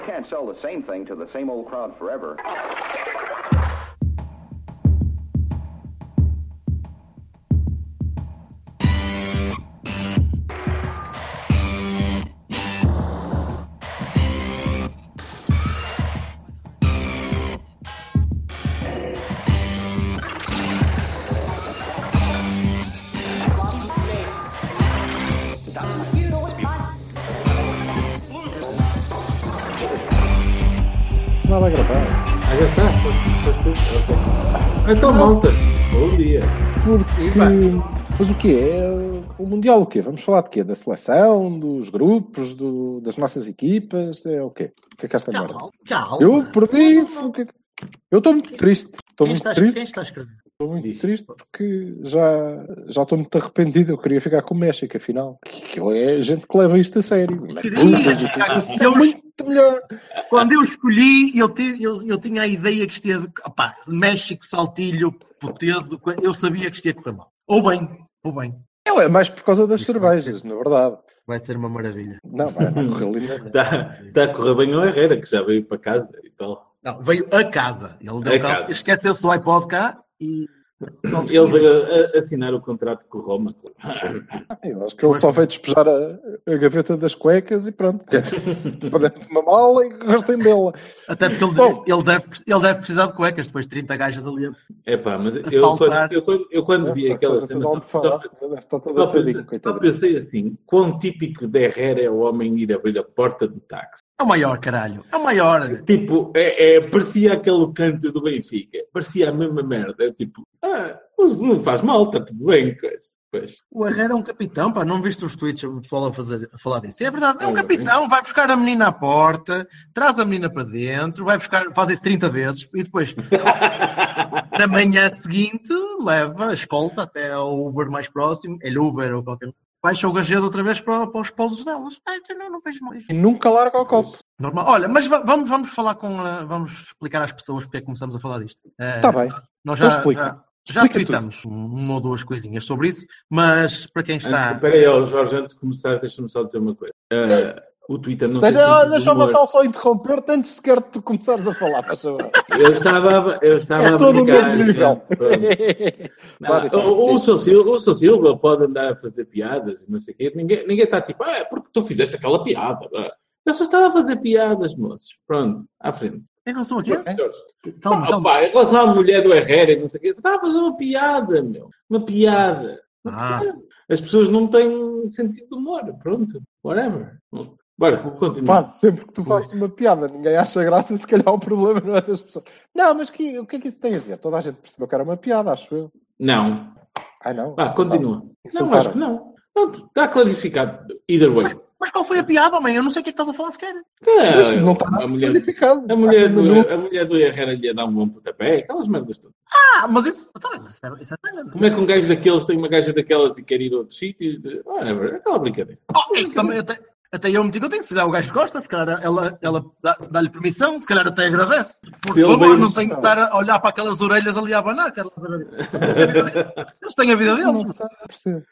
Can't sell the same thing to the same old crowd forever. Nada a gravar. Já está. Okay. Então, malta. Bom dia. Mas o quê? O Mundial o quê? Vamos falar de quê? Da seleção, dos grupos, das nossas equipas? É o quê? O que é que esta merda? Calma. Eu, por mim, eu estou muito triste. Quem está a escrever? Estou muito triste porque já estou muito arrependido. Eu queria ficar com o México, afinal. Aquilo é gente que leva isto a sério. Isso é muito melhor. Quando eu escolhi, eu tinha a ideia que isto ia... Opá, México, Saltilho, Potedo, eu sabia que isto ia correr mal. Ou bem. É mais por causa das cervejas, na verdade. Vai ser uma maravilha. Não, vai correr lindo. Está a correr bem o Herrera, que já veio para casa e tal. Não, veio a casa. Ele deu casa. Esqueceu-se do iPod cá e... Ele veio assinar o contrato com o Roma. Eu acho que ele só veio despejar a gaveta das cuecas e pronto. Para dentro de uma mala e gostem dela. Até porque ele deve precisar de cuecas depois de 30 gajas ali Mas saltar. eu quando vi aquela cena, só pensei assim, quão típico de Herrera é o homem ir abrir a porta do táxi. É o maior, caralho. É o maior. Tipo, parecia aquele canto do Benfica. Parecia a mesma merda. Tipo, não faz mal, está tudo bem. Pois. O Herrera é um capitão, pá. Não viste os tweets do pessoal a falar disso? É verdade, é um capitão. Vai buscar a menina à porta, traz a menina para dentro, faz isso 30 vezes e depois, na manhã seguinte, leva a escolta até ao Uber mais próximo, Uber ou qualquer... Baixa o gajedo outra vez para os pousos delas. Não vejo mais. E nunca larga o copo. Normal. Olha, mas vamos falar vamos explicar às pessoas porque é que começamos a falar disto. Está bem. Nós já tweetamos uma ou duas coisinhas sobre isso, mas para quem está... Espera aí, Jorge, antes de começar, deixa-me só dizer uma coisa. O Twitter não Deixa o Vassal só interromper-te antes sequer de tu começares a falar, faz favor. Eu estava a todo brincar. O mesmo nível. O Sr. Silva pode andar a fazer piadas e não sei o quê. Ninguém está tipo, porque tu fizeste aquela piada. Eu só estava a fazer piadas, moços. Pronto, à frente. Em relação a quê? Em relação à mulher do Herrera e não sei o quê. Você estava a fazer uma piada, meu. Uma piada. As pessoas não têm sentido de humor. Pronto. Whatever. Bora, continua. Sempre que tu fazes uma piada, ninguém acha graça, se calhar o problema não é das pessoas. Não, mas o que é que isso tem a ver? Toda a gente percebeu que era uma piada, acho eu. Não. Não? Continua. Não, acho que não. Está clarificado. Either way. Mas qual foi a piada, homem? Eu não sei o que é que estás a falar sequer. Não está clarificado. A mulher do Herrera lhe ia dar um bom pontapé. Aquelas merdas todas. Mas isso... Como é que um gajo daqueles tem uma gaja daquelas e quer ir a outro sítio? Whatever. Aquela brincadeira. Isso também até eu meti contigo, se calhar o gajo gosta, se calhar ela dá-lhe permissão, se calhar até agradece. Por favor, não tenho que estar a olhar para aquelas orelhas ali a abanar. Eles têm a vida deles.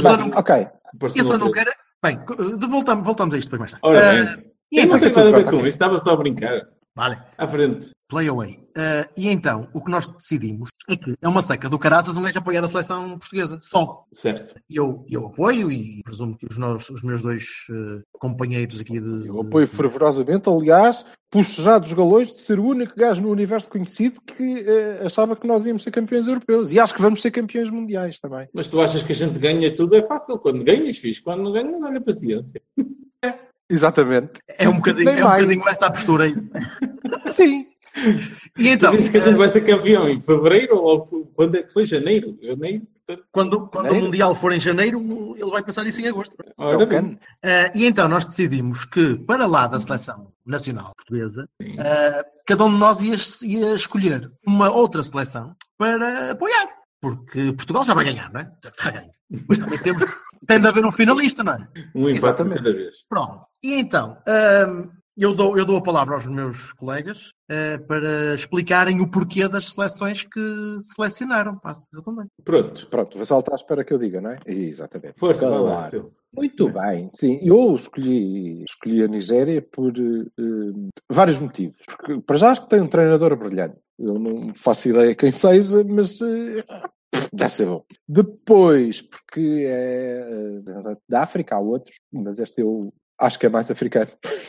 Eu só não quero... Bem, voltamos a isto depois mais tarde. Ora bem, e não tem nada a ver com isso, estava só a brincar. Vale. À frente. Play away. E então, o que nós decidimos é que é uma seca do caraças um gajo apoiar a seleção portuguesa. Só. Certo. Eu apoio e presumo que os meus dois companheiros aqui de... Eu apoio fervorosamente, aliás, puxo já dos galões de ser o único gajo no universo conhecido que achava que nós íamos ser campeões europeus. E acho que vamos ser campeões mundiais também. Mas tu achas que a gente ganha tudo? É fácil. Quando ganhas, fixe. Quando não ganhas, olha, paciência. Exatamente. É um bocadinho essa a postura aí. Sim. E então... Diz que a gente vai ser campeão em fevereiro ou quando é que foi? Janeiro? Quando o Mundial for em janeiro, ele vai passar isso em agosto. E então nós decidimos que, para lá da seleção nacional portuguesa, cada um de nós ia escolher uma outra seleção para apoiar. Porque Portugal já vai ganhar, não é? Já ganha. Mas também tem de haver um finalista, não é? Um empate cada vez. Pronto. E então, Eu dou a palavra aos meus colegas para explicarem o porquê das seleções que selecionaram. Pronto, vou saltar à espera que eu diga, não é? Exatamente. Força, Claro. vai lá, Phil. Muito bem, sim. Eu escolhi a Nigéria por vários motivos. Porque, para já, acho que tem um treinador brilhante. Eu não faço ideia quem seja, mas deve ser bom. Depois, porque é da África, há outros, mas este eu acho que é mais africano.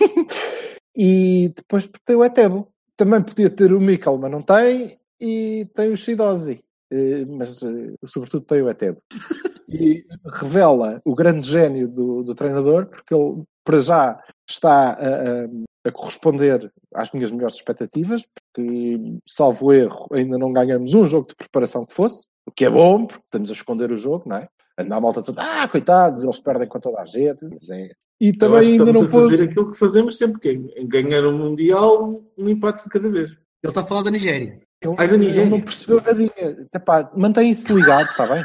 E depois porque tem o Etebo. Também podia ter o Mikel, mas não tem. E tem o Shidozi. Mas, sobretudo, tem o Etebo. E revela o grande gênio do treinador, porque ele, para já, está a corresponder às minhas melhores expectativas, porque, salvo erro, ainda não ganhamos um jogo de preparação que fosse, o que é bom, porque estamos a esconder o jogo, não é? Anda a malta toda, coitados, eles perdem com toda a gente. E também ainda não pôs... fazer aquilo que fazemos sempre, que é ganhar um Mundial, um empate de cada vez. Ele está a falar da Nigéria. Ele não percebeu nadinha. Mantém-se ligado, está bem?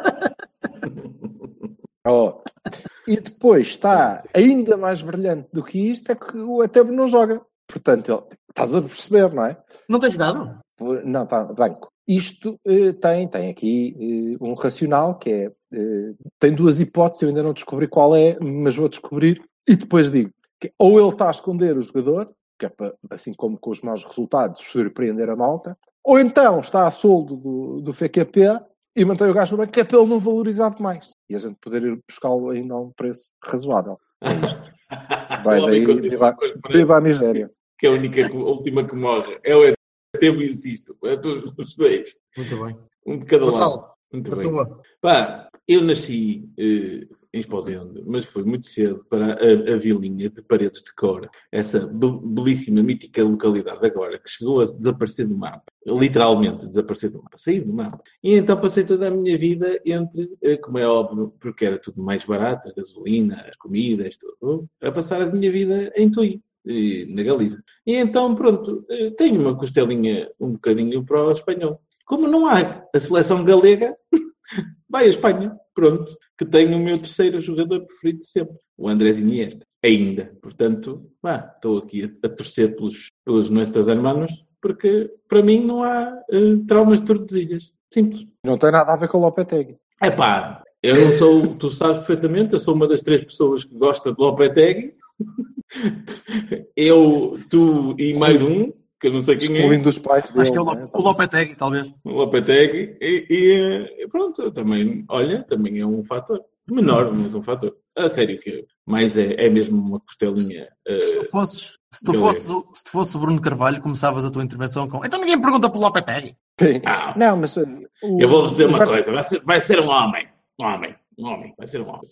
E depois está ainda mais brilhante do que isto, é que o Etebo não joga. Portanto, estás a perceber, não é? Não tem jogado? Não, está banco. Isto tem aqui um racional que é... tem duas hipóteses, eu ainda não descobri qual é, mas vou descobrir e depois digo. Que ou ele está a esconder o jogador, que é para, assim como com os maus resultados, surpreender a malta, ou então está a soldo do FQP e mantém o gajo no banco, que é para ele não valorizar demais. E a gente poder ir buscá-lo ainda a um preço razoável. É isto. Vai daí, viva a Nigéria. Que é a última que morre. É o Etebo e insisto. É os dois. Muito bem. Um de cada Gonçalo, lado. Muito a bem. tua. Pá, eu nasci em Esposende, mas foi muito cedo para a vilinha de Paredes de Cora, essa belíssima, mítica localidade agora, que chegou a desaparecer do mapa. Literalmente desaparecer do mapa. Saiu do mapa. E então passei toda a minha vida entre, como é óbvio, porque era tudo mais barato, a gasolina, as comidas, tudo, a passar a minha vida em Tui, na Galiza. E então, pronto, tenho uma costelinha um bocadinho para o espanhol. Como não há a seleção galega, vai a Espanha, pronto, que tem o meu terceiro jogador preferido de sempre, o Andrés Iniesta, ainda. Portanto, estou aqui a torcer pelos nossos hermanos, porque para mim não há traumas de Tordesilhas. Simples. Não tem nada a ver com o Lopetegui. Eu não sou, tu sabes perfeitamente, eu sou uma das 3 pessoas que gosta de Lopetegui. Eu, tu e mais um, que eu não sei quem excluindo os pais dele. Acho que é o Lopetegui, talvez. O Lopetegui. E pronto, também, olha, também é um fator. Menor, mas um fator. A sério, que mais é mesmo uma costelinha. Se tu fosse o Bruno Carvalho, começavas a tua intervenção com então ninguém pergunta pelo Lopetegui. Não, mas... eu vou dizer uma coisa. Vai ser um homem. Um homem. Vai ser um homem.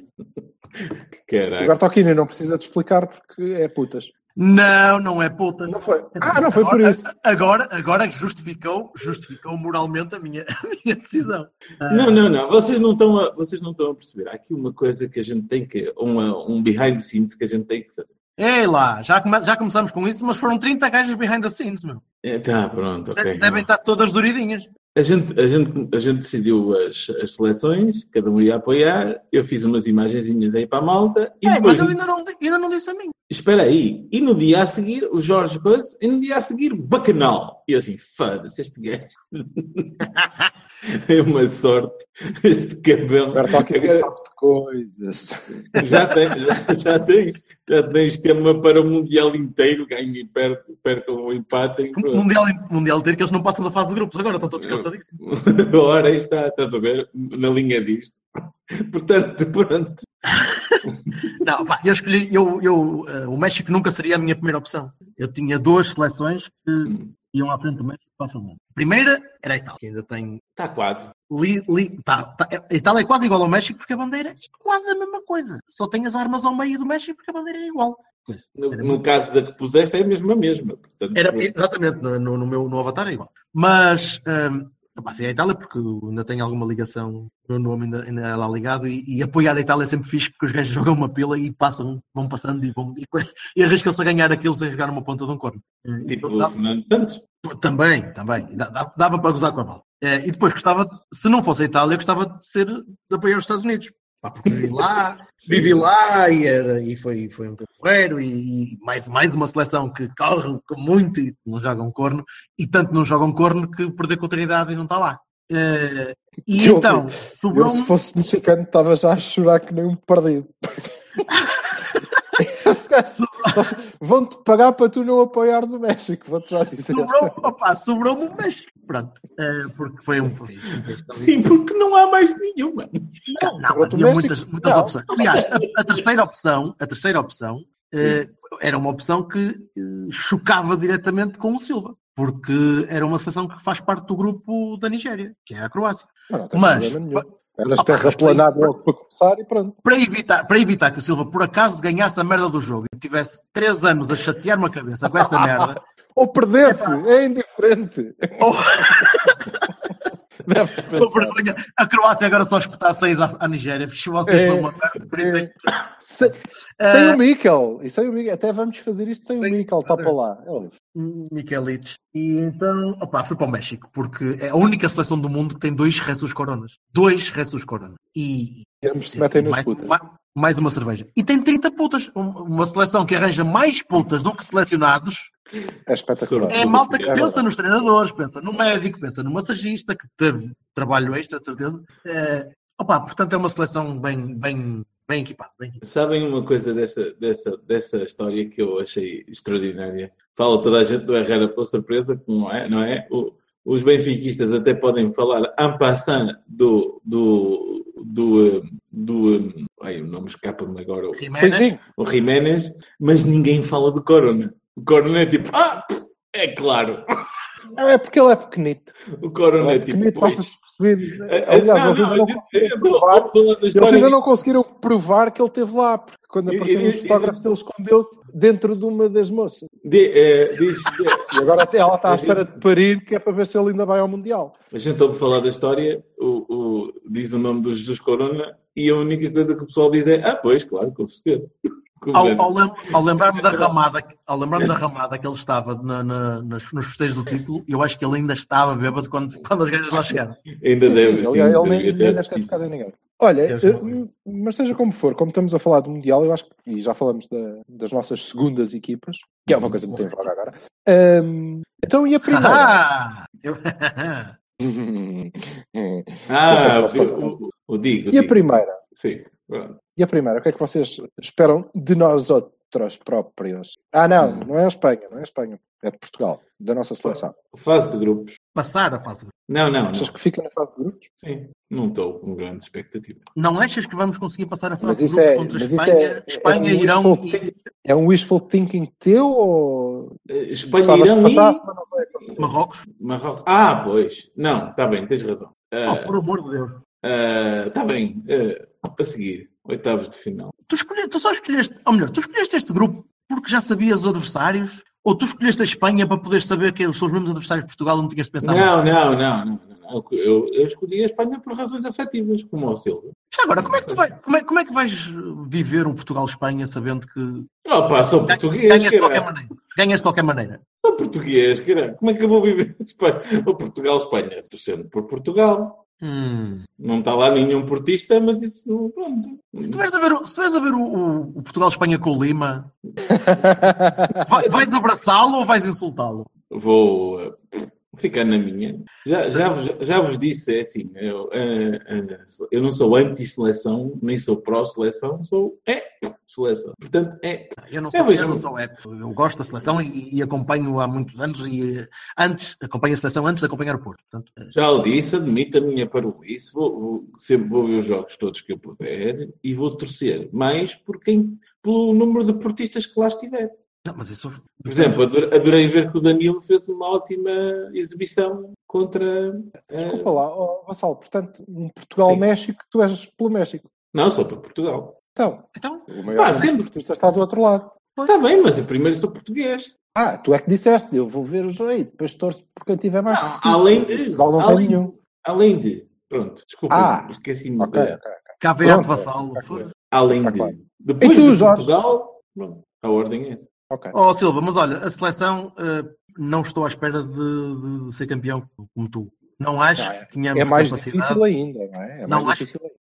O Bertocchini não precisa de explicar porque é putas. Não é puta. Não foi. Não foi por isso. Agora justificou moralmente a minha decisão. Não. Vocês não estão a perceber. Há aqui uma coisa que a gente tem que... um behind the scenes que a gente tem que fazer. Ei lá, já começamos com isso, mas foram 30 gajas behind the scenes, meu. Pronto, ok. Devem estar todas duridinhas. A gente decidiu as seleções, cada um ia apoiar, eu fiz umas imagenzinhas aí para a malta. E depois... mas eu ainda não disse a mim. Espera aí. E no dia a seguir, o Jorge Buzz, e no dia a seguir, Bacanal. E eu assim, foda-se, este gajo. É uma sorte. Este cabelo. Bertocchini sabe de coisas. Já tens tema para o Mundial inteiro, ganho e perca o empate. Mundial inteiro que eles não passam da fase de grupos agora, estão todos cansadíssimos. Agora aí estás a ver, na linha disto. Portanto, pronto. Não, eu escolhi, o México nunca seria a minha primeira opção. Eu tinha 2 seleções que iam à frente do México facilmente. A primeira era a Itália, que ainda tem... Está quase. A Itália é quase igual ao México porque a bandeira é quase a mesma coisa. Só tem as armas ao meio do México porque a bandeira é igual. No caso da que puseste é mesmo a mesma. Portanto, exatamente, no avatar é igual. Mas... passei à Itália porque ainda tenho alguma ligação, o meu nome ainda é lá ligado e apoiar a Itália é sempre fixe porque os gajos jogam uma pila e vão passando e arriscam-se a ganhar aquilo sem jogar numa ponta de um corno. Tipo o Fernando Santos. Também. Dava para gozar com a bola. E depois gostava, se não fosse a Itália, gostava de apoiar os Estados Unidos. Pá, porque vivi lá e foi um tempo porreiro e mais uma seleção que corre muito e não jogam corno, e tanto não jogam corno que perdeu com a Trindade e não está lá. E então, eu, se fosse mexicano, estava já a chorar que nem um perdido. Vão-te pagar para tu não apoiares o México, vou-te já dizer. Sobrou-me o México, pronto. Porque foi um... Sim, porque não há mais nenhuma. Não, havia muitas opções. Aliás, a terceira opção era uma opção que chocava diretamente com o Silva, porque era uma seleção que faz parte do grupo da Nigéria, que é a Croácia. Não tem problema nenhum. Eras terraplanado logo para começar e pronto. Para evitar que o Silva por acaso ganhasse a merda do jogo e tivesse 3 anos a chatear-me a cabeça com essa merda. Ou perdesse, é indiferente. A Croácia agora só espetar 6 à Nigéria. Vocês são uma merda. Sem o Mikel. E sem o Mikel. Até vamos fazer isto sem o Mikel. Está para lá. Miquelites. E então, fui para o México, porque é a única seleção do mundo que tem 2 Jesus Coronas. 2 Jesus Coronas. E ambos se metem nas putas. Mais uma cerveja. E tem 30 putas. Uma seleção que arranja mais putas do que selecionados. É espetacular. É a malta que pensa nos treinadores, pensa no médico, pensa no massagista, que teve trabalho extra, de certeza. Portanto, é uma seleção bem equipada. Sabem uma coisa dessa história que eu achei extraordinária? Fala toda a gente do Herrera pela surpresa, que não é? Os benfiquistas até podem falar en passant o nome escapa-me agora. O Jiménez, mas ninguém fala do Corona. O Corona é tipo, é claro. É porque ele é pequenito. O Corona é tipo, passa-se percebido. Aliás, eles ainda não conseguiram provar que ele esteve lá, porque quando apareceram os fotógrafos ele escondeu-se dentro de uma das moças. E agora até ela está à espera de parir, que é para ver se ele ainda vai ao Mundial. A gente ouve falar da história, diz o nome do Jesus Corona e a única coisa que o pessoal diz é, pois, claro, com certeza. Ao lembrar-me da ramada que ele estava nos festejos do título, eu acho que ele ainda estava bêbado quando os gajos lá chegaram. Ainda deve. Ele nem deve ter tocado em ninguém. Olha, mas seja como for, como estamos a falar do Mundial, eu acho que, e já falamos das nossas segundas equipas, que é uma coisa muito em voga agora. Então, e a primeira? Digo. E a primeira? Sim, pronto. E a primeira, o que é que vocês esperam de nós outros próprios? Não é a Espanha, é de Portugal, da nossa seleção. Fase de grupos. Passar a fase de grupos. Não. Achas que fica na fase de grupos? Sim, não estou com grande expectativa. Não achas que vamos conseguir passar a fase de grupos contra Espanha, Irão e... É um wishful thinking teu ou... Espanha, Irão e... Marrocos? Pois. Não, está bem, tens razão. Por amor de Deus. Está bem, a seguir, oitavos de final. Tu escolheste este grupo porque já sabias os adversários, ou tu escolheste a Espanha para poder saber que são os mesmos adversários de Portugal e não tinhas de pensar? Não. Eu escolhi a Espanha por razões afetivas, como o Silva. Já agora, como é que vais viver um Portugal-Espanha sabendo que... sou português. Ganhas de qualquer maneira. Sou português, cara. Como é que eu vou viver o Portugal-Espanha? Torcendo por Portugal. Não está lá nenhum portista, mas isso não... Pronto. Se tu vais a ver o Portugal-Espanha com o Lima, vais abraçá-lo ou vais insultá-lo? Vou ficar na minha. Já vos disse, é assim, eu não sou anti-seleção, nem sou pró-seleção, sou seleção. Portanto, Eu não sou eu gosto da seleção e acompanho há muitos anos e acompanho a seleção antes de acompanhar o Porto. Portanto, já o disse, admito a minha parolice, sempre vou ver os jogos todos que eu puder e vou torcer mais pelo número de portistas que lá estiver. Não, mas isso... Por exemplo, adorei ver que o Danilo fez uma ótima exibição contra... Desculpa lá, Vassal, portanto, um Portugal-México, tu és pelo México. Não, sou para Portugal. Então o maior portista está do outro lado. Está bem, mas eu primeiro sou português. Tu é que disseste, eu vou ver o jogo aí, depois torço por quem tiver mais portista. Além de... Portugal não tem nenhum. Além de... Pronto, desculpa, esqueci-me. Ok. Caveirão de Vassal. Além de... Claro. Depois de Portugal, pronto, a ordem é essa. Okay. Silva, mas olha, a seleção não estou à espera de ser campeão como tu. Não acho que tínhamos capacidade. É mais difícil ainda, não é? É mais difícil ainda.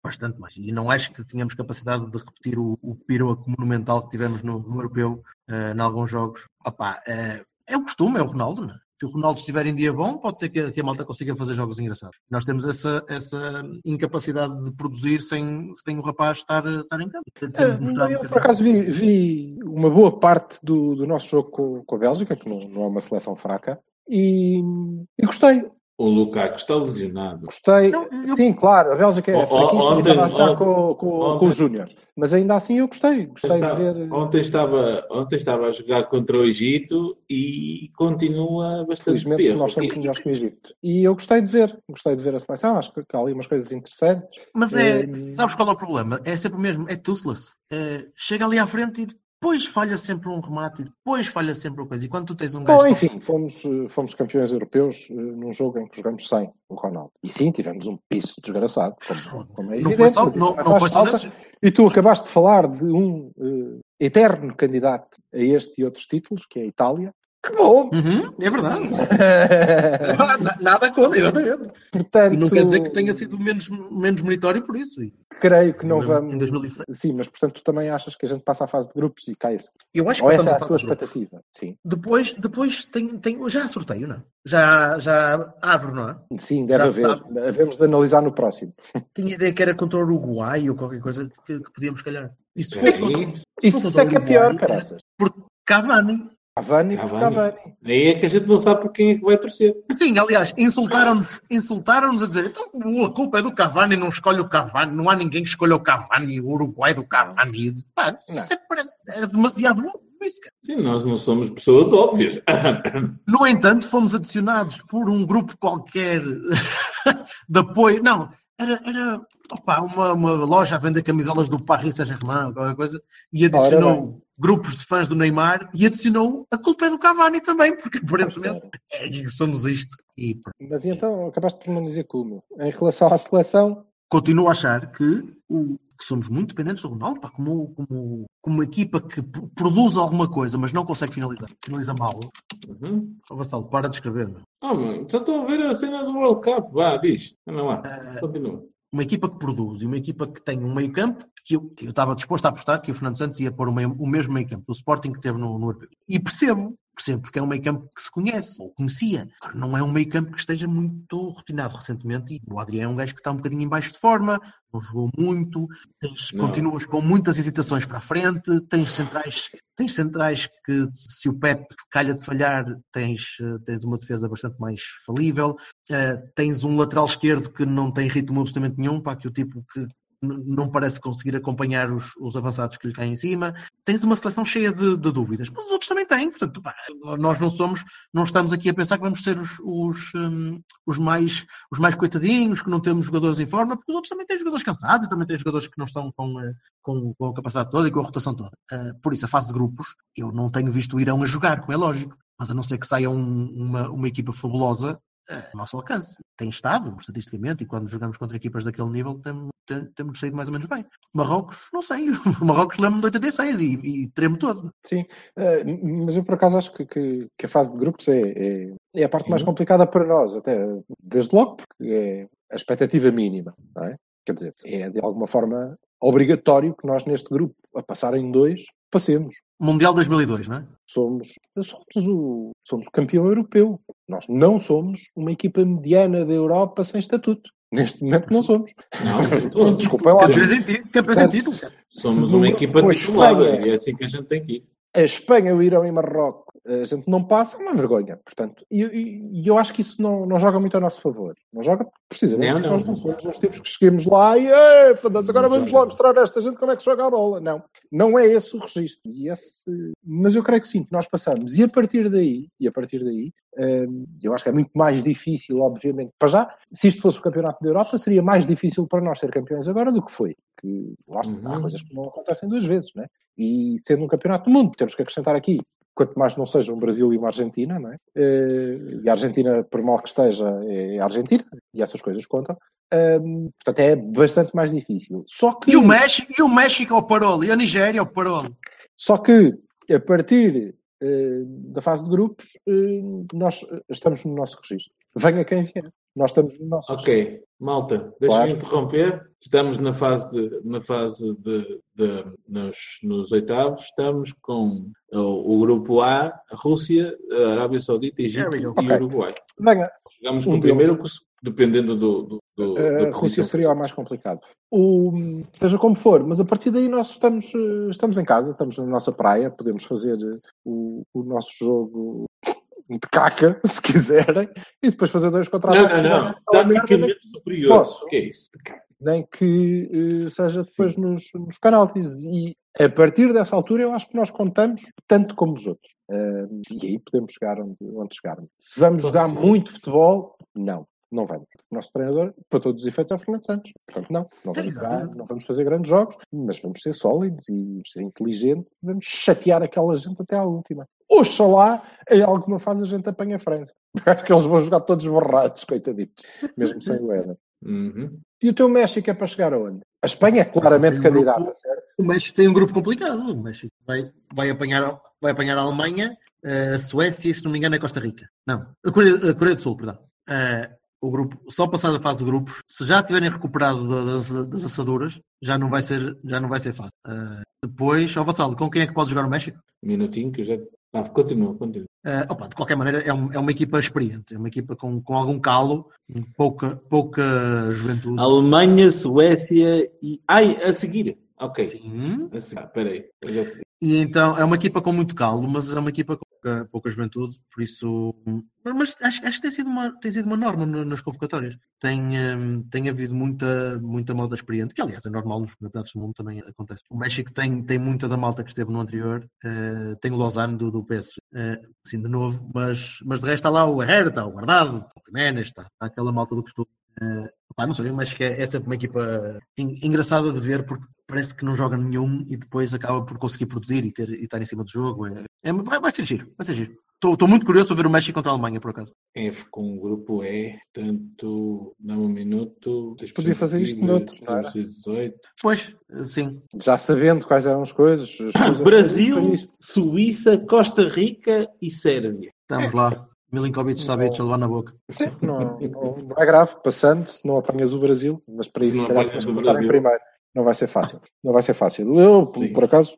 Bastante mais. E não acho que tínhamos capacidade de repetir o piroa monumental que tivemos no Europeu, em alguns jogos. Opá, é o costume, é o Ronaldo, não é? Se o Ronaldo estiver em dia bom, pode ser que a malta consiga fazer jogos engraçados. Nós temos essa incapacidade de produzir sem o rapaz estar em campo. Eu, por acaso, vi uma boa parte do nosso jogo com a Bélgica, que não é uma seleção fraca, e gostei. O Lukaku está lesionado. Gostei. Sim, claro, a Bélgica é fraquíssima e estava a jogar com o Júnior. Mas ainda assim eu gostei de ver. Ontem estava a jogar contra o Egito e continua bastante Felizmente bem. nós somos melhores que o Egito. E eu gostei de ver a seleção, acho que há ali umas coisas interessantes. Mas sabes qual é o problema? É sempre o mesmo, é toothless. Chega ali à frente e depois falha sempre um remate, e depois falha sempre uma coisa. E quando tu tens um gajo... enfim, fomos campeões europeus num jogo em que jogamos sem o Ronaldo. E sim, tivemos um piso desgraçado, como é evidente. Não foi só nesse... E tu acabaste de falar de um eterno candidato a este e outros títulos, que é a Itália. Que bom! É verdade. Nada contra, exatamente. Portanto, e não quer dizer que tenha sido menos meritório por isso. Creio que não vamos... Em 2006. Sim, mas portanto tu também achas que a gente passa à fase de grupos e cai-se? Eu acho que ou passamos essa é a a tua fase de grupos. expectativa? Sim. Depois tem já sorteio, não? Já árvore, não é? Sim, deve haver. Havemos de analisar no próximo. Tinha ideia que era contra o Uruguai ou qualquer coisa que podíamos calhar. Isso é que é pior, caraças. Porque Cavani. Cavani. Aí é que a gente não sabe por quem é que vai torcer. Sim, aliás, insultaram-nos a dizer então a culpa é do Cavani, não escolhe o Cavani, não há ninguém que escolha o Cavani, o Uruguai do Cavani. Pá, isso é demasiado isso, cara. Sim, nós não somos pessoas óbvias. No entanto, fomos adicionados por um grupo qualquer de apoio. Não, era uma loja a vender camisolas do Paris Saint-Germain, qualquer coisa, e adicionou grupos de fãs do Neymar e adicionou a culpa é do Cavani também, porque aparentemente somos isto. Mas e então acabaste por não dizer como? Em relação à seleção? Continuo a achar que somos muito dependentes do Ronaldo, pá, como uma equipa que produz alguma coisa, mas não consegue finalizar. Finaliza mal. Vassalo, para de escrever. Já estou a ver a cena do World Cup. Vá, diz. Não lá. Continua. Uma equipa que produz e uma equipa que tem um meio campo que eu estava disposto a apostar que o Fernando Santos ia pôr o mesmo meio campo do Sporting que teve no Europeu. E percebo porque é um meio campo que se conhece, ou conhecia. Não é um meio campo que esteja muito rotinado recentemente, e o Adriano é um gajo que está um bocadinho em baixo de forma, não jogou muito, continuas com muitas hesitações para a frente, tens centrais que, se o Pep calha de falhar, tens uma defesa bastante mais falível, tens um lateral esquerdo que não tem ritmo absolutamente nenhum, para que o tipo que não parece conseguir acompanhar os avançados que lhe caem em cima. Tens uma seleção cheia de dúvidas, mas os outros também têm. Portanto, nós não estamos aqui a pensar que vamos ser os mais coitadinhos, que não temos jogadores em forma, porque os outros também têm jogadores cansados e também têm jogadores que não estão com a capacidade toda e com a rotação toda. Por isso, a fase de grupos, eu não tenho visto o Irão a jogar, como é lógico, mas a não ser que saia uma equipa fabulosa ao nosso alcance. Tem estado, estatisticamente, e quando jogamos contra equipas daquele nível, temos saído mais ou menos bem. Marrocos, não sei. Marrocos lembro-me de 86 e tremo todo. Sim, mas eu por acaso acho que a fase de grupos é a parte mais complicada para nós, até desde logo, porque é a expectativa mínima, não é? Quer dizer, é de alguma forma obrigatório que nós neste grupo, a passar em 2, passemos. Mundial 2002, não é? Somos o campeão europeu. Nós não somos uma equipa mediana da Europa sem estatuto. Neste momento não somos. Não. Desculpa lá. Campeões em título. Somos uma equipa titulada e é assim que a gente tem que ir. A Espanha, o Irão e Marrocos, a gente não passa, é uma vergonha. Portanto, e eu acho que isso não joga muito a nosso favor. Não joga precisamente porque nós não somos os tipos que cheguemos lá e agora vamos lá mostrar a esta gente como é que se joga a bola. Não é esse o registro. Mas eu creio que sim, que nós passamos. E a partir daí, eu acho que é muito mais difícil, obviamente. Para já, se isto fosse o Campeonato da Europa, seria mais difícil para nós ser campeões agora do que foi. Que lá há coisas que não acontecem 2 vezes, não é? E sendo um Campeonato do Mundo, temos que acrescentar aqui, quanto mais não seja um Brasil e uma Argentina, não é? E a Argentina, por mal que esteja, é a Argentina, e essas coisas contam. Portanto, é bastante mais difícil. Só que... E o México ao parolo, e a Nigéria ao parolo. Só que, a partir da fase de grupos, nós estamos no nosso registro. Venha quem vier. Nós estamos no nosso registro. Malta, deixa-me interromper. Estamos nos oitavos. Estamos com o grupo A, a Rússia, a Arábia Saudita, Egito e Uruguai. Venga. Jogamos com o primeiro, dependendo do a Rússia seria o mais complicado. Seja como for, mas a partir daí nós estamos em casa, estamos na nossa praia, podemos fazer o nosso jogo de caca, se quiserem, e depois fazer 2 contra-ataques. Não. Tecnicamente superior. Posso. O que é isso? Nem que seja depois nos penaltis. E a partir dessa altura eu acho que nós contamos tanto como os outros. E aí podemos chegar onde chegarmos. Se vamos jogar muito futebol, não vamos. O nosso treinador, para todos os efeitos, é o Fernando Santos. Portanto, não vamos jogar, não vamos fazer grandes jogos, mas vamos ser sólidos e ser inteligentes, vamos chatear aquela gente até à última. Oxalá, em alguma fase a gente apanha a França. Acho que eles vão jogar todos borrados, coitaditos, mesmo sem o Éder. Uhum. E o teu México é para chegar aonde? A Espanha é claramente candidata, certo? O México tem um grupo complicado. O México vai apanhar a Alemanha, a Suécia e, se não me engano, a Costa Rica. Não, a Coreia do Sul, perdão. O grupo, só passar a fase de grupos, se já tiverem recuperado das assaduras, já não vai ser fácil. Depois, Vassalo, com quem é que pode jogar o México? Um minutinho que eu já... Continua. De qualquer maneira, é uma equipa experiente, é uma equipa com algum calo, pouca juventude. Alemanha, Suécia e... a seguir. Ok. Sim. Espera aí. E então, é uma equipa com muito calo, mas é uma equipa com pouca juventude, por isso... Mas acho que tem sido uma norma nas convocatórias. Tem havido muita malta experiente, que aliás é normal nos campeonatos do mundo, também acontece. O México tem muita da malta que esteve no anterior, tem o Lozano do PSG, assim de novo, mas de resto está lá o Herrera, está o Guardado, está o Jiménez, está aquela malta do costume. Não sei, mas que é sempre uma equipa engraçada de ver, porque parece que não joga nenhum e depois acaba por conseguir produzir e estar em cima do jogo. Vai ser giro. Estou muito curioso para ver o México contra a Alemanha, por acaso. F com o grupo E, portanto, dá-me um minuto. Podia fazer isto noutro, não era? 18. Pois, sim. Já sabendo quais eram as coisas. Brasil, Suíça, Costa Rica e Sérvia. Estamos lá. Milinkovic Savic a levar na boca. Sim, não é grave, passando, se não apanhas o Brasil, mas para isso, se calhar, tens que começar em primeiro. Não vai ser fácil. Eu, por acaso,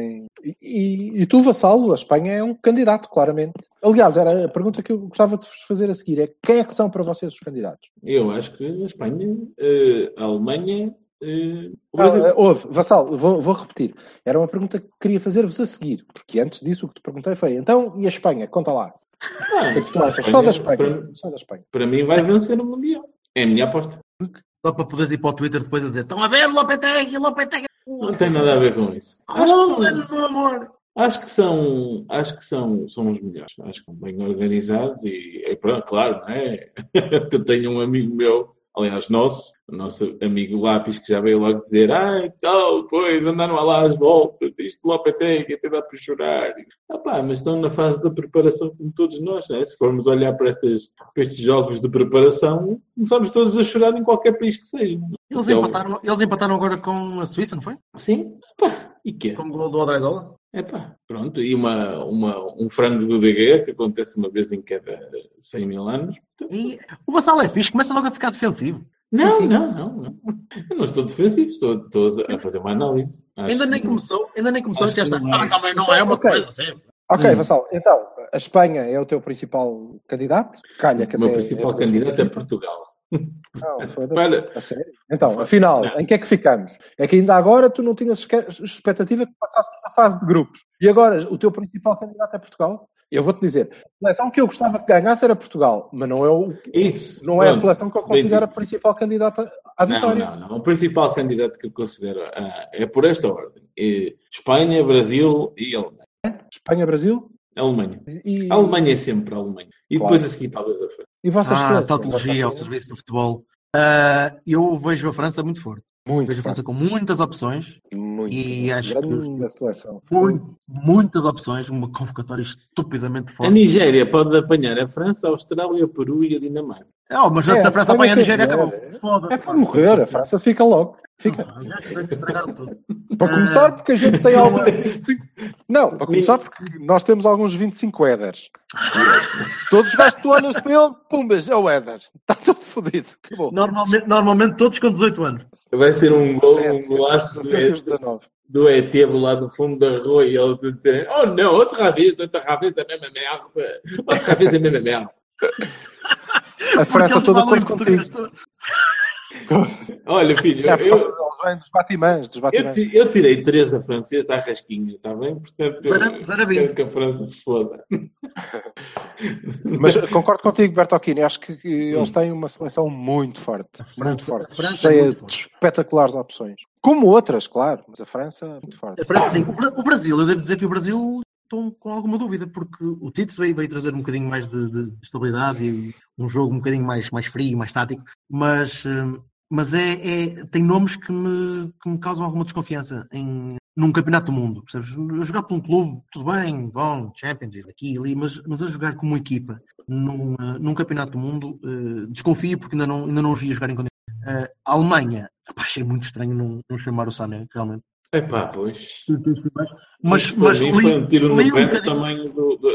e tu, Vassalo, a Espanha é um candidato, claramente. Aliás, era a pergunta que eu gostava de vos fazer a seguir: quem é que são para vocês os candidatos? Eu acho que a Espanha, a Alemanha, o Brasil. Vassalo, vou repetir. Era uma pergunta que queria fazer-vos a seguir, porque antes disso o que te perguntei foi: então, e a Espanha? Conta lá. Só da Espanha. Para mim vai vencer o Mundial. É a minha aposta. Só para poderes ir para o Twitter depois a dizer: estão a ver, Lopetegui. Não tem nada a ver com isso. Meu amor. Acho que são os melhores. Acho que estão bem organizados e é claro, não é? Eu tenho um amigo meu, aliás, o nosso amigo Lápis, que já veio logo dizer: pois andaram lá às voltas, isto de Lopetegui, até dá para chorar. Mas estão na fase da preparação como todos nós, não é? Se formos olhar para estes jogos de preparação, começamos todos a chorar em qualquer país que seja. Eles empataram agora com a Suíça, não foi? Sim. E quê? Com o gol do Odriozola? Pronto. E um frango do DG, que acontece uma vez em cada 100 mil anos. E o Vassalo é fixe, começa logo a ficar defensivo. Não. Eu não estou defensivo, estou a fazer uma análise. Ainda nem começou e já está. Também não é uma coisa assim. Ok, Vassalo. Então, a Espanha é o teu principal candidato? O meu principal candidato é Portugal. Não, foda-se. A sério? Então, afinal, em que é que ficamos? É que ainda agora tu não tinhas expectativa que passássemos a fase de grupos. E agora o teu principal candidato é Portugal? Eu vou-te dizer, a seleção que eu gostava que ganhasse era Portugal, mas não é não é a seleção que eu considero a principal candidata à vitória. Não. O principal candidato que eu considero é por esta ordem. Espanha, Brasil e Alemanha. Espanha, Brasil? Alemanha. A Alemanha é sempre a Alemanha. E claro. Depois a seguir talvez a França. E vossas tautologia ao serviço do futebol. Eu vejo a França muito forte. Vejo a França com muitas opções. Muito. E acho grande seleção. Muitas opções, uma convocatória estupidamente A forte. Nigéria pode apanhar a França, a Austrália, o Peru e a Dinamarca. Mas se a França apanha a Nigéria, acabou. É para morrer, a França fica logo. Fica. Já estragaram tudo. Para começar, porque a gente tem alguns. Não, para começar, porque nós temos alguns 25 Éders. Todos os gajos que tu olhas para ele, pumbas, é o Éder. Está tudo fodido. Acabou. Normalmente todos com 18 anos. Vai ser um golaço 17 e os 19. do ET lá do fundo da rua e ele dizendo: oh não, outra vez é a mesma merda. Outra vez é a mesma merda. A França toda de acordo contigo. Olha, filho, Eles vêm dos batimãs. eu tirei 3 a francesa à rasquinha, está bem? Portanto, Zero a 20. quero que a França se foda. Mas concordo contigo, Bertocchini. Acho que eles têm uma seleção muito forte. Muito forte. Cheia de espetaculares opções. Como outras, claro. Mas a França é muito forte. A França, sim. O Brasil, eu devo dizer que o Brasil estou com alguma dúvida, porque o Tite veio trazer um bocadinho mais de estabilidade e um jogo um bocadinho mais frio, mais tático, mas tem nomes que me causam alguma desconfiança num campeonato do mundo, percebes? A jogar por um clube, tudo bem, bom, Champions, aqui e ali, mas a jogar como equipa num campeonato do mundo, desconfio porque ainda não os vi jogar em condições. A Alemanha, achei muito estranho não chamar o Sané, realmente. Epá, pois. Mas foi um tiro no pé do tamanho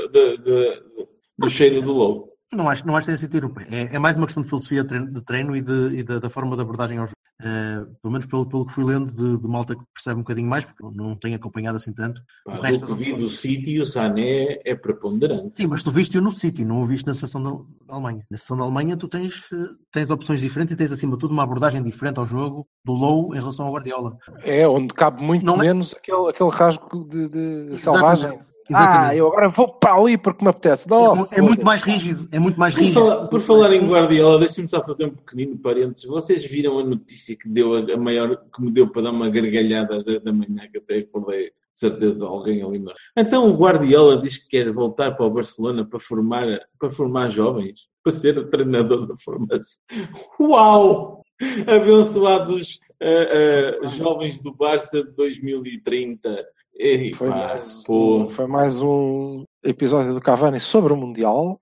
do cheiro do lobo. Não acho que tenha sido tiro no pé. É mais uma questão de filosofia de treino e da forma de abordagem ao jogo. Pelo menos pelo que fui lendo de malta que percebe um bocadinho mais, porque não tenho acompanhado assim tanto. O resto do City, o Sané é preponderante. Sim, mas tu viste-o no City, não o viste na seleção da Alemanha. Na seleção da Alemanha tu tens opções diferentes e tens acima de tudo uma abordagem diferente ao jogo do Low em relação ao Guardiola. É, onde cabe muito menos aquele rasgo de selvagem. Exatamente. Eu agora vou para ali porque me apetece. É muito mais rígido. É muito mais rígido. Por falar em Guardiola, deixa-me só fazer um pequenino parênteses. Vocês viram a notícia que deu a maior, que me deu para dar uma gargalhada às 10 da manhã, que até acordei, certeza de alguém ali na... Então o Guardiola diz que quer voltar para o Barcelona para formar jovens, para ser o treinador da formação. Uau! Abençoados jovens do Barça de 2030. Foi mais um episódio do Cavani sobre o Mundial.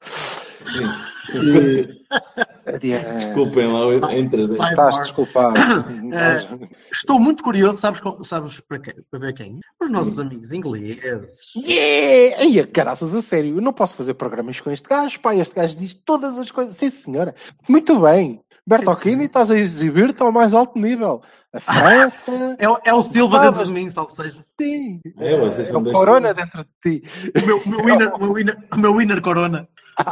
Desculpem lá, estás desculpado. Estou muito curioso, sabes para ver quem? Os nossos amigos ingleses. Ai, caraças, a sério, eu não posso fazer programas com este gajo, pá, este gajo diz todas as coisas. Sim, senhora. Muito bem. Bertocchini, estás a exibir-te ao mais alto nível. A França... É o Silva dentro de mim, salve seja. Sim. É o Corona dentro de ti. O meu winner Corona.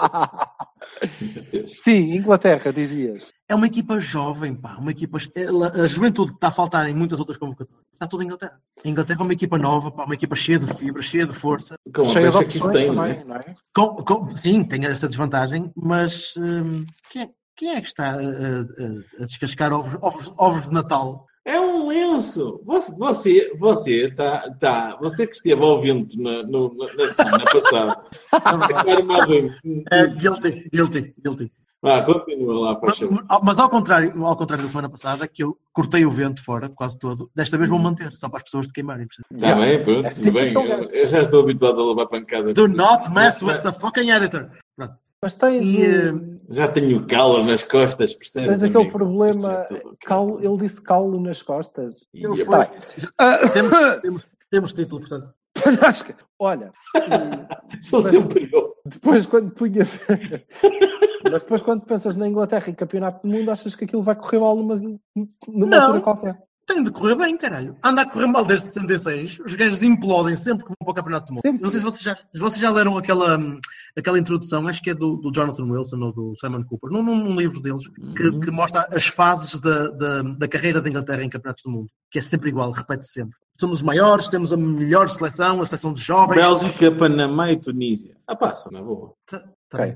Sim, Inglaterra, dizias. É uma equipa jovem, pá. Uma equipa... A juventude que está a faltar em muitas outras convocatórias. Está tudo em Inglaterra. A Inglaterra é uma equipa nova, pá. Uma equipa cheia de fibra, cheia de força. Cheia de opções também, não é? Sim, tem essa desvantagem, mas quem é que está a descascar ovos de Natal? É um lenço. Você que esteve ao vento na semana passada. Guilty. Continua lá, por favor. Mas ao contrário da semana passada, que eu cortei o vento fora, quase todo, desta vez vou manter, só para as pessoas te queimarem. Está bem, pronto, tudo bem. Eu já estou habituado a levar pancada. Do not mess with the fucking editor. Pronto. Mas tens já tenho calo nas costas, percebes? Tens aquele problema, ele disse calo nas costas. Temos título, portanto. Olha, sou sempre eu. Depois quando pensas na Inglaterra e campeonato do mundo, achas que aquilo vai correr mal numa altura qualquer? Tem de correr bem, caralho. Anda a correr mal desde 66. Os gajos implodem sempre que vão para o campeonato do mundo. Sempre. Não sei se vocês já leram aquela introdução, acho que é do Jonathan Wilson ou do Simon Cooper, num livro deles, que mostra as fases da carreira da Inglaterra em campeonatos do mundo, que é sempre igual, repete-se sempre. Somos os maiores, temos a melhor seleção, a seleção de jovens. Bélgica, Panamá e Tunísia. Passa, na boa. Okay.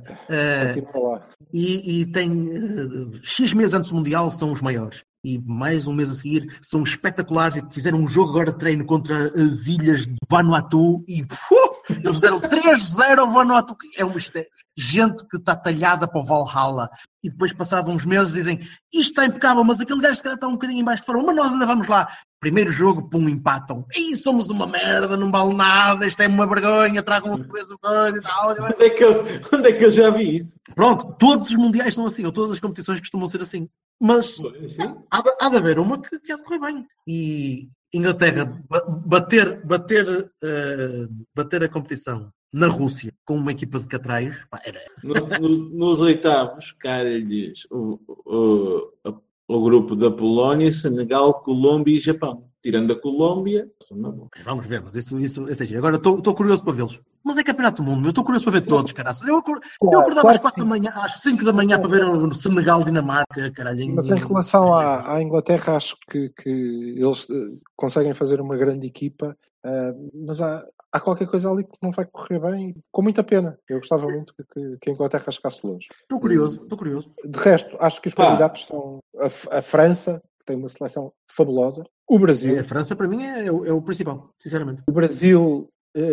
E tem X meses antes do Mundial são os maiores. E mais um mês a seguir são espetaculares e fizeram um jogo agora de treino contra as ilhas de Vanuatu e eles deram 3-0 ao Vanuatu. É uma gente que está talhada para o Valhalla. E depois, passados uns meses, dizem isto está impecável, mas aquele gajo se calhar está um bocadinho em baixo de forma, mas nós ainda vamos lá. Primeiro jogo, pum, empatam. Ih, somos uma merda, não vale nada, isto é uma vergonha, tragam uma coisa e tal. Onde é que eu já vi isso? Pronto, todos os mundiais são assim, ou todas as competições costumam ser assim. Mas há de haver uma que há de correr bem. E Inglaterra bater a competição na Rússia com uma equipa de catraios, pá, era... Nos oitavos, cara-lhes o grupo da Polónia, Senegal, Colômbia e Japão. Tirando a Colômbia, vamos ver, mas isso ou seja, agora estou curioso para vê-los. Mas é campeonato do mundo, eu estou curioso para ver todos, caraças. Eu acordava às 4 da manhã, às 5 da manhã para ver o Senegal, Dinamarca, caralho. Mas em relação à Inglaterra, acho que eles conseguem fazer uma grande equipa, mas há qualquer coisa ali que não vai correr bem, com muita pena. Eu gostava muito que a Inglaterra chegasse longe. Estou curioso. De resto, acho que os candidatos são a França, que tem uma seleção fabulosa, o Brasil. A França, para mim, é o principal, sinceramente. O Brasil,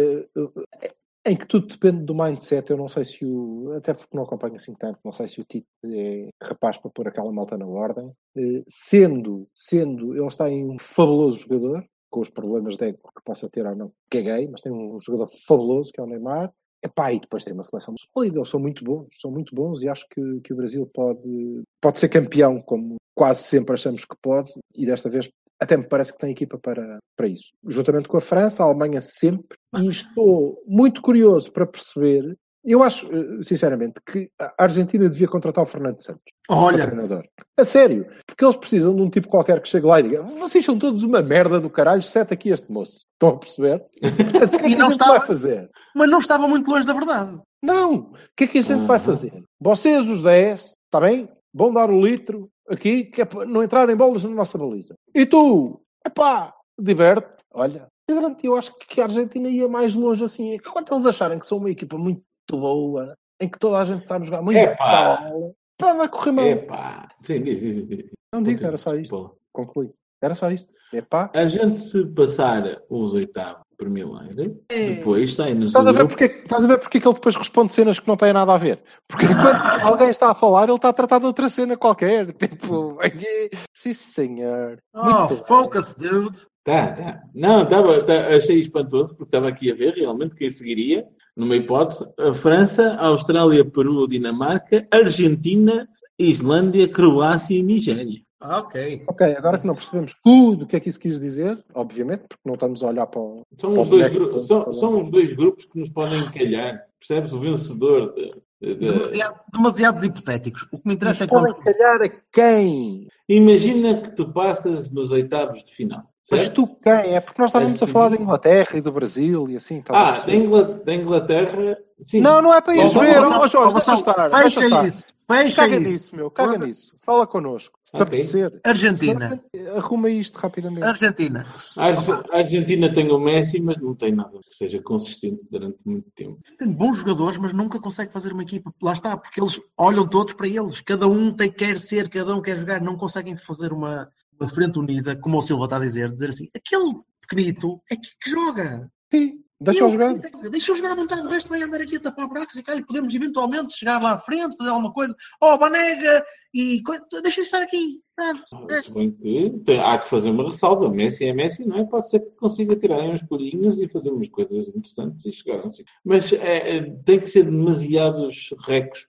em que tudo depende do mindset. Eu não sei se até porque não acompanho assim tanto, não sei se o Tite é rapaz para pôr aquela malta na ordem. Sendo ele está em um fabuloso jogador, com os problemas de ego que possa ter ou não, caguei, mas tem um jogador fabuloso, que é o Neymar. E depois tem uma seleção sólida, eles são muito bons e acho que o Brasil pode ser campeão, como quase sempre achamos que pode, e desta vez até me parece que tem equipa para isso. Juntamente com a França, a Alemanha sempre, e estou muito curioso para perceber. Eu acho, sinceramente, que a Argentina devia contratar o Fernando Santos. Olha, treinador. A sério. Porque eles precisam de um tipo qualquer que chegue lá e diga: vocês são todos uma merda do caralho, sete aqui este moço. Estão a perceber? Portanto, o que é que a gente vai fazer? Mas não estava muito longe da verdade. Não. O que é que a gente vai fazer? Vocês, os 10, está bem? Vão dar o litro aqui, que é para não entrarem bolas na nossa baliza. E tu? Diverte. Olha, eu acho que a Argentina ia mais longe assim. Enquanto eles acharem que são uma equipa muito boa, em que toda a gente sabe jogar muito bola, vai correr mal. Sim. Não digo, era só isto. Conclui. Era só isto. A gente se passar os oitavos por milagre, depois sai nos Estás a ver porque que ele depois responde cenas que não têm nada a ver? Porque enquanto alguém está a falar, ele está a tratar de outra cena qualquer. Tipo, sim senhor. Focus, dude. Tá. Não, achei espantoso, porque estava aqui a ver realmente quem seguiria, numa hipótese, a França, a Austrália, Peru, Dinamarca, Argentina, Islândia, Croácia e Nigéria. Ok, agora que não percebemos tudo o que é que isso quis dizer, obviamente, porque não estamos a olhar para o... São os dois grupos que nos podem encalhar. Percebes? O vencedor Demasiados hipotéticos. O que me interessa é que podem calhar a quem? Imagina que tu passas nos oitavos de final. Certo? Mas tu quem? É porque nós estávamos a falar da Inglaterra e do Brasil e assim. Da Inglaterra... Sim. Não é para isso ver. Jorge, deixa estar. Caga isso. nisso, meu. Caga nisso. Fala connosco. Se te apetecer. Argentina. Arruma isto rapidamente. Argentina. A Argentina tem o Messi, mas não tem nada que seja consistente durante muito tempo. Tem bons jogadores, mas nunca consegue fazer uma equipa. Lá está, porque eles olham todos para eles. Cada um cada um quer jogar. Não conseguem fazer uma frente unida, como o Silva está a dizer assim, aquele pequenito é que joga. Sim. Deixa-o jogar. Deixa-o jogar à vontade, o resto vai andar aqui a tapar buracos e podemos eventualmente chegar lá à frente, fazer alguma coisa. Banega e deixa estar aqui. Se bem que há que fazer uma ressalva. Messi é Messi, não é? Pode ser que consiga tirar uns pulinhos e fazer umas coisas interessantes e chegar assim. Mas tem que ser demasiados recos.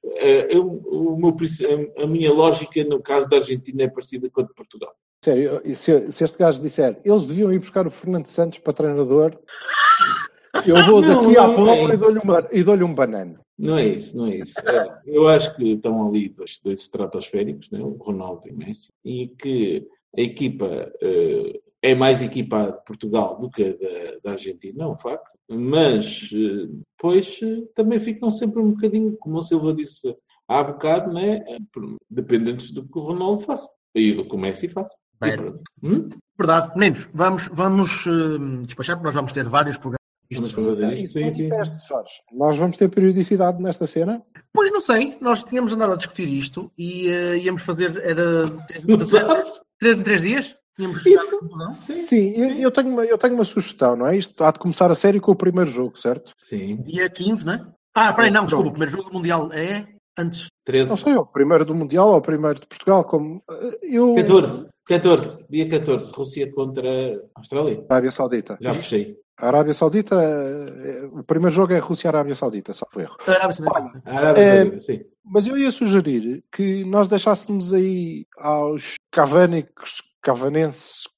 A minha lógica no caso da Argentina é parecida com a de Portugal. Sério, se este gajo disser eles deviam ir buscar o Fernando Santos para treinador, eu vou daqui à pobre e dou-lhe um banano. Não é isso. Eu acho que estão ali dois estratosféricos, né? O Ronaldo e o Messi, e que a equipa é mais equipa de Portugal do que a da Argentina, é um facto, mas depois também ficam sempre um bocadinho, como o Silva disse há bocado, né? Dependentes do que o Ronaldo faça e do que o Messi faça. Verdade. Meninos, vamos despachar, porque nós vamos ter vários programas. Jorge, nós vamos ter periodicidade nesta cena? Pois não sei, nós tínhamos andado a discutir isto e íamos fazer, era 3 em 3 dias? Sim, eu tenho uma sugestão, não é? Isto há de começar a série com o primeiro jogo, certo? Sim. Dia 15, não é? Peraí, não, desculpa, o primeiro jogo do Mundial é... Antes. 13. Não sei, o primeiro do Mundial ou o primeiro de Portugal, como eu... 14. Dia 14. Rússia contra a Austrália. Arábia Saudita. Já fechei. A Arábia Saudita, o primeiro jogo é Rússia-Arábia Saudita, só foi erro. Arábia Saudita. A Arábia Saudita, sim. Mas eu ia sugerir que nós deixássemos aí aos cavanianos,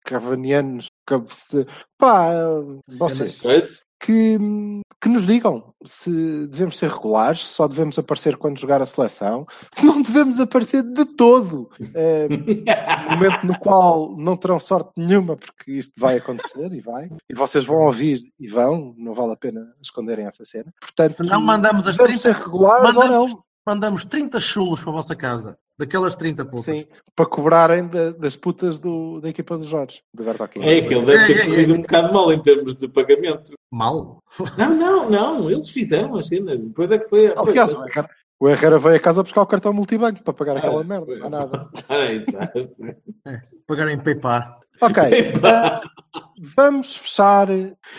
vocês, que nos digam se devemos ser regulares, se só devemos aparecer quando jogar a seleção, se não devemos aparecer de todo, no momento no qual não terão sorte nenhuma, porque isto vai acontecer e vocês vão ouvir e não vale a pena esconderem essa cena. Portanto, se não mandamos as 30, ser regulares ou não. Mandamos 30 chulos para a vossa casa. Daquelas 30 putas. Sim, para cobrarem das putas da equipa dos Jorge, do Bertocchini. É que ele deve ter corrido um bocado mal em termos de pagamento. Mal? Não. Eles fizeram as cenas. Depois é que foi... Aliás, o Herrera veio a casa buscar o cartão multibanco para pagar aquela merda. Não há nada. Pagar em PayPal. Ok. Vamos fechar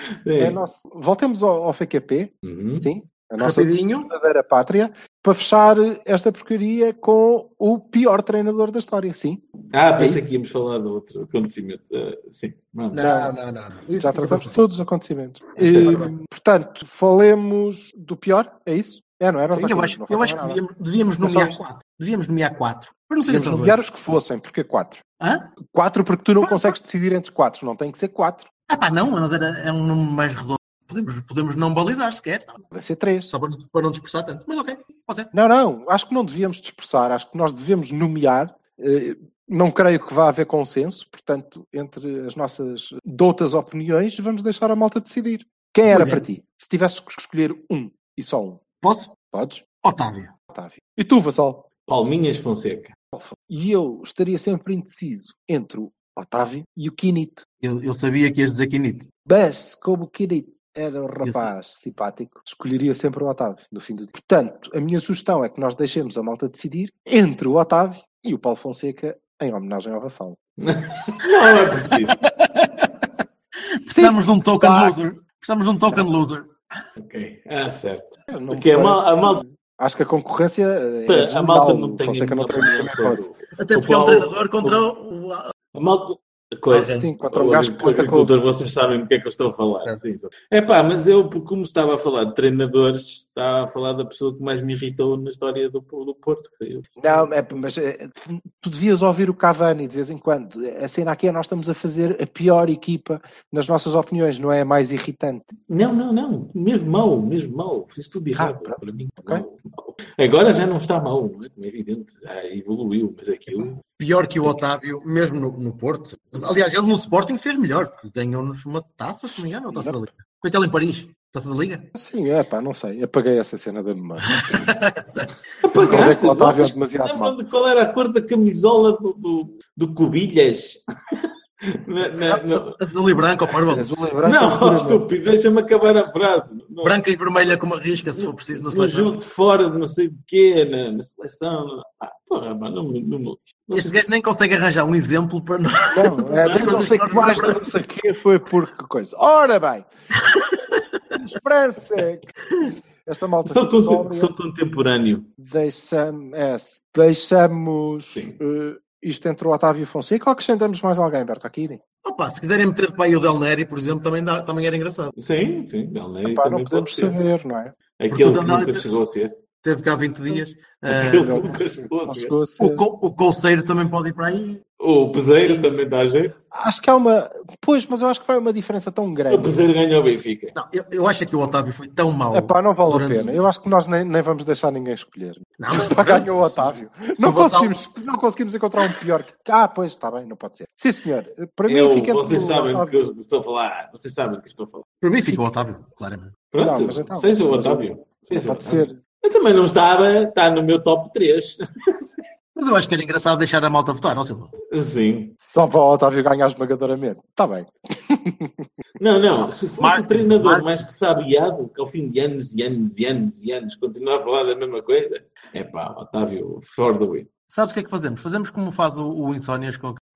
voltemos ao FQP. Sim. A nossa verdadeira pátria, para fechar esta porcaria com o pior treinador da história, sim. Pensei que íamos falar de outro acontecimento. Sim. Não. Já tratamos todos os acontecimentos. Portanto, falemos do pior, é isso? Não é? Eu acho que devíamos nomear 4. Devíamos nomear 4. Devíamos nomear os que fossem, porque 4. 4 porque tu não consegues decidir entre 4, não tem que ser 4. Não, mas é um número mais redondo. Podemos não balizar sequer. Vai ser 3. Só para não dispersar tanto. Mas ok, pode ser. Não. Acho que não devíamos dispersar. Acho que nós devemos nomear. Não creio que vá haver consenso. Portanto, entre as nossas doutas opiniões, vamos deixar a malta decidir. Quem era para ti? Se tivesses que escolher um e só um. Posso? Podes? Otávio. E tu, Vassal? Palminhas Fonseca. E eu estaria sempre indeciso entre o Otávio e o Quinito. Eu sabia que ias dizer Quinito. Mas, como o Quinito era um rapaz simpático, escolheria sempre o Otávio no fim do dia. Portanto, a minha sugestão é que nós deixemos a malta decidir entre o Otávio e o Paulo Fonseca em homenagem ao Vassal. Não é preciso. Precisamos de um token loser. Ok, certo. Porque acho que a concorrência é a malta não tem Fonseca não treina. Até porque é um treinador contra o... A malta... Coisa. Sim, contra um gajo que planta com vocês sabem do que é que eu estou a falar. Mas eu, como estava a falar de treinadores, estava a falar da pessoa que mais me irritou na história do Porto. Não, mas tu devias ouvir o Cavani de vez em quando. A cena aqui é nós estamos a fazer a pior equipa nas nossas opiniões, não é a mais irritante. Não. Mesmo mal. Fiz tudo errado para mim. Okay. Mal. Agora já não está mal, não é? Como é evidente. Já evoluiu, mas aquilo... Pior que o Otávio, mesmo no Porto. Aliás, ele no Sporting fez melhor, porque ganhou-nos uma taça, se não me engano, ou taça da Liga. Foi aquela em Paris, taça da Liga? Sim, não sei. Apaguei essa cena da memória. Apagaste? O Otávio é demasiado mal. Qual era a cor da camisola do Cubilhas? Azul e branco, ou parvo? Azul e branco. Não, estúpido, deixa-me acabar a frase. Branca e vermelha com uma risca, se for preciso, na seleção. No jogo de fora de não sei o quê, na seleção. Este gajo nem consegue arranjar um exemplo para nós. Não sei que mais, não sei o quê, foi porque coisa. Ora bem, a esperança é que esta malta sou contemporâneo. Deixamos isto entre o Otávio e o Fonseca ou acrescentamos mais alguém, Bertocchini? Se quiserem meter para aí o Del Neri, por exemplo, também era engraçado. Sim, Del Neri não podemos saber, não é? Aquele que nunca chegou a ser. Teve cá 20 dias. O Colseiro também pode ir para aí. O Peseiro também dá jeito. Acho que há uma... Pois, mas eu acho que vai uma diferença tão grande. O Peseiro ganhou o Benfica. Não, eu acho que o Otávio foi tão mau. Não vale a pena. Eu acho que nós nem vamos deixar ninguém escolher. Não, ganhou o Otávio. Não conseguimos encontrar um pior. Pois, está bem, não pode ser. Sim, senhor. Para mim fica... Vocês sabem do que eu estou a falar. Para mim fica o Otávio, claramente. Pronto, mas então, seja o Otávio. Pode ser. Eu também não está no meu top 3. Mas eu acho que era engraçado deixar a malta votar, não, Silva? Sim. Só para o Otávio ganhar esmagadoramente. Está bem. Não. Se fosse o treinador mais ressabiado, que ao fim de anos e anos continua a falar da mesma coisa, Otávio, for the win. Sabes o que é que fazemos? Fazemos como faz o Insónias com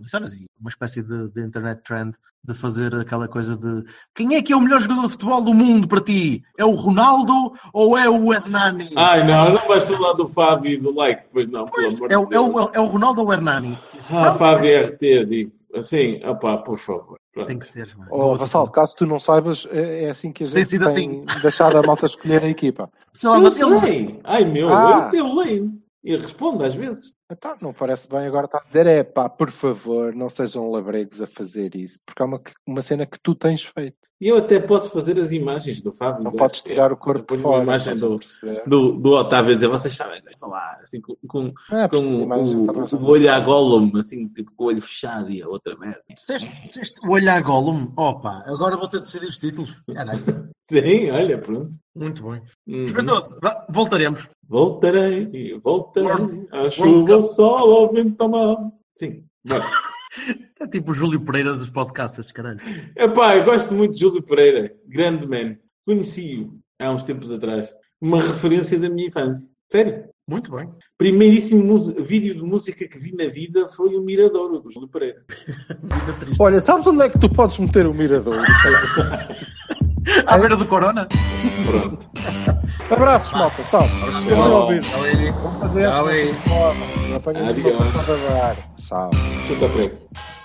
uma espécie de internet trend de fazer aquela coisa de quem é que é o melhor jogador de futebol do mundo para ti? É o Ronaldo ou é o Hernani? Ai, não vais falar do Fábio e do like, pois não, pelo amor de Deus. É o Ronaldo ou o Hernani? Fábio e RT, digo. Assim, por favor. Pronto. Tem que ser, mano. Vassal, caso tu não saibas, é assim que a gente sido assim. deixado a malta escolher a equipa. Eu sei. Ai, eu leio. E respondo às vezes. Então, não parece bem agora estar a dizer, por favor, não sejam labregos a fazer isso, porque é uma cena que tu tens feito. E eu até posso fazer as imagens do Fábio. Não podes tirar o corpo por fora. A imagem do Otávio a dizer, vocês sabem, deixa lá, assim, com o olho à Gollum, assim, tipo, com o olho fechado e a outra merda. Disseste o olho à Gollum? Opa, agora vou ter de decidir os títulos. Caralho. Sim, olha, pronto. Muito bem. Voltaremos. Voltarei. A chuva, o sol, ao vento tomado. Sim, vai. É tipo o Júlio Pereira dos podcasts, caralho. Eu gosto muito de Júlio Pereira. Grande man. Conheci-o há uns tempos atrás. Uma referência da minha infância. Sério. Muito bem. Primeiríssimo vídeo de música que vi na vida foi o Miradouro, do Júlio Pereira. Vida triste. Olha, sabes onde é que tu podes meter o Miradouro? À beira do Corona? Pronto. Abraços, malta, salve. Tchau. Vamos fazer. Tchau aí. Apanha-nos uma passada de ar. Salve. Chuta prego.